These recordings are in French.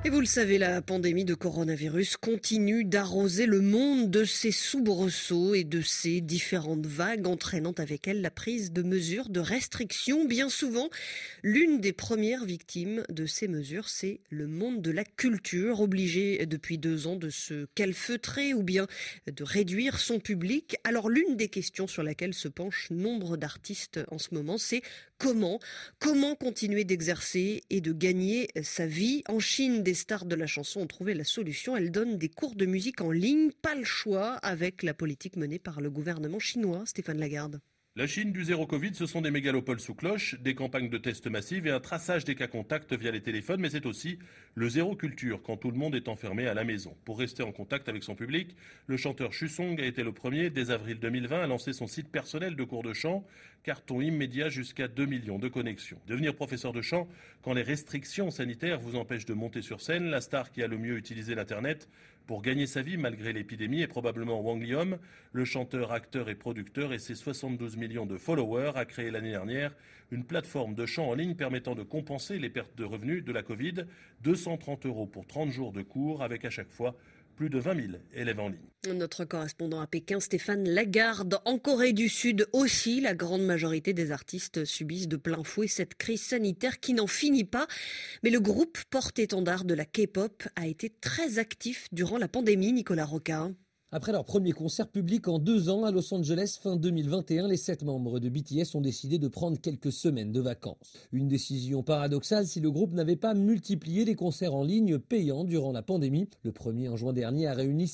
Et vous le savez, la pandémie de coronavirus continue d'arroser le monde de ses soubresauts et de ses différentes vagues, entraînant avec elle la prise de mesures de restriction. Bien souvent, l'une des premières victimes de ces mesures, c'est le monde de la culture, obligé depuis 2 ans de se calfeutrer ou bien de réduire son public. Alors l'une des questions sur laquelle se penchent nombre d'artistes en ce moment, c'est comment continuer d'exercer et de gagner sa vie. En Chine, des stars de la chanson ont trouvé la solution. Elles donnent des cours de musique en ligne. Pas le choix avec la politique menée par le gouvernement chinois. Stéphane Lagarde. La Chine du zéro Covid, ce sont des mégalopoles sous cloche, des campagnes de tests massives et un traçage des cas contacts via les téléphones, mais c'est aussi le zéro culture quand tout le monde est enfermé à la maison. Pour rester en contact avec son public, le chanteur Xu Song a été le premier, dès avril 2020, à lancer son site personnel de cours de chant, carton immédiat jusqu'à 2 millions de connexions. Devenir professeur de chant quand les restrictions sanitaires vous empêchent de monter sur scène, la star qui a le mieux utilisé l'Internet pour gagner sa vie malgré l'épidémie est probablement Wang Lium, le chanteur, acteur et producteur et ses 72 millions de followers a créé l'année dernière une plateforme de chant en ligne permettant de compenser les pertes de revenus de la Covid. 230 € pour 30 jours de cours avec à chaque fois plus de 20 000 élèves en ligne. Notre correspondant à Pékin, Stéphane Lagarde. En Corée du Sud aussi, la grande majorité des artistes subissent de plein fouet cette crise sanitaire qui n'en finit pas. Mais le groupe porte-étendard de la K-pop a été très actif durant la pandémie, Nicolas Roca. Après leur premier concert public en 2 ans à Los Angeles fin 2021, les 7 membres de BTS ont décidé de prendre quelques semaines de vacances. Une décision paradoxale si le groupe n'avait pas multiplié les concerts en ligne payants durant la pandémie. Le premier en juin dernier a réuni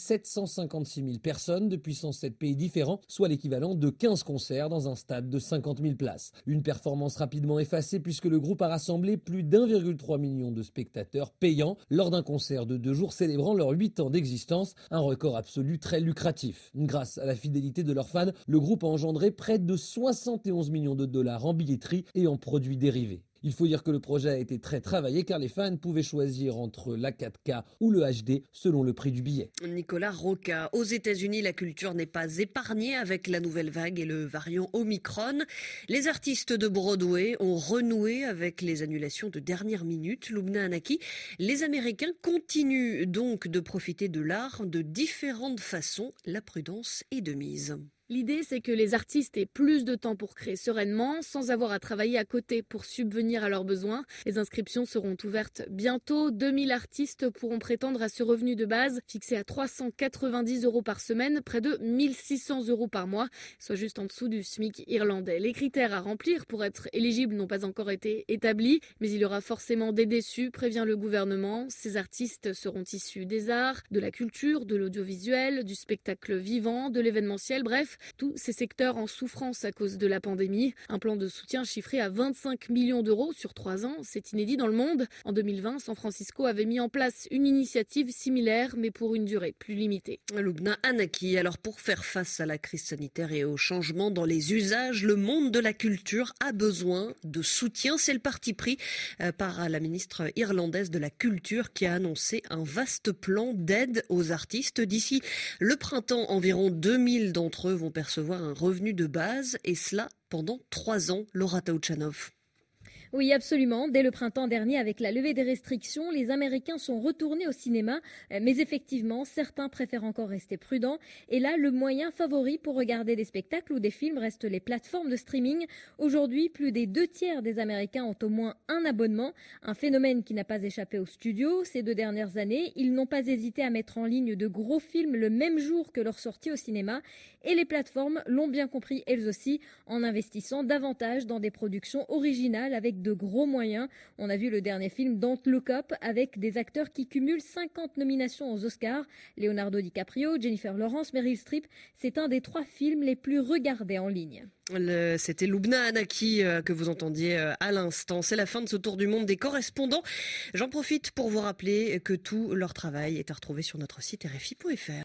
756 000 personnes depuis 107 pays différents, soit l'équivalent de 15 concerts dans un stade de 50 000 places. Une performance rapidement effacée puisque le groupe a rassemblé plus d'1,3 million de spectateurs payants lors d'un concert de 2 jours célébrant leurs 8 ans d'existence, un record absolu très lucratif. Grâce à la fidélité de leurs fans, le groupe a engendré près de 71 millions de dollars en billetterie et en produits dérivés. Il faut dire que le projet a été très travaillé car les fans pouvaient choisir entre la 4K ou le HD selon le prix du billet. Nicolas Roca. Aux États-Unis, la culture n'est pas épargnée avec la nouvelle vague et le variant Omicron. Les artistes de Broadway ont renoué avec les annulations de dernière minute. Lubna Anaki, les Américains continuent donc de profiter de l'art de différentes façons. La prudence est de mise. L'idée, c'est que les artistes aient plus de temps pour créer sereinement, sans avoir à travailler à côté pour subvenir à leurs besoins. Les inscriptions seront ouvertes bientôt. 2000 artistes pourront prétendre à ce revenu de base, fixé à 390 € par semaine, près de 1600 € par mois, soit juste en dessous du SMIC irlandais. Les critères à remplir pour être éligibles n'ont pas encore été établis, mais il y aura forcément des déçus, prévient le gouvernement. Ces artistes seront issus des arts, de la culture, de l'audiovisuel, du spectacle vivant, de l'événementiel, bref, tous ces secteurs en souffrance à cause de la pandémie. Un plan de soutien chiffré à 25 millions d'euros sur 3 ans, c'est inédit dans le monde. En 2020, San Francisco avait mis en place une initiative similaire, mais pour une durée plus limitée. Lubna Anaki, alors pour faire face à la crise sanitaire et aux changements dans les usages, le monde de la culture a besoin de soutien. C'est le parti pris par la ministre irlandaise de la Culture qui a annoncé un vaste plan d'aide aux artistes. D'ici le printemps, environ 2000 d'entre eux vont percevoir un revenu de base et cela pendant 3 ans. Laura Taouchanov. Oui, absolument. Dès le printemps dernier, avec la levée des restrictions, les Américains sont retournés au cinéma. Mais effectivement, certains préfèrent encore rester prudents. Et là, le moyen favori pour regarder des spectacles ou des films reste les plateformes de streaming. Aujourd'hui, plus des 2/3 des Américains ont au moins un abonnement. Un phénomène qui n'a pas échappé aux studios. Ces 2 dernières années, ils n'ont pas hésité à mettre en ligne de gros films le même jour que leur sortie au cinéma. Et les plateformes l'ont bien compris elles aussi, en investissant davantage dans des productions originales avec de gros moyens. On a vu le dernier film Don't Look Up avec des acteurs qui cumulent 50 nominations aux Oscars. Leonardo DiCaprio, Jennifer Lawrence, Meryl Streep. C'est un des 3 films les plus regardés en ligne. C'était Lubna Anaki que vous entendiez à l'instant. C'est la fin de ce tour du monde des correspondants. J'en profite pour vous rappeler que tout leur travail est à retrouver sur notre site rfi.fr.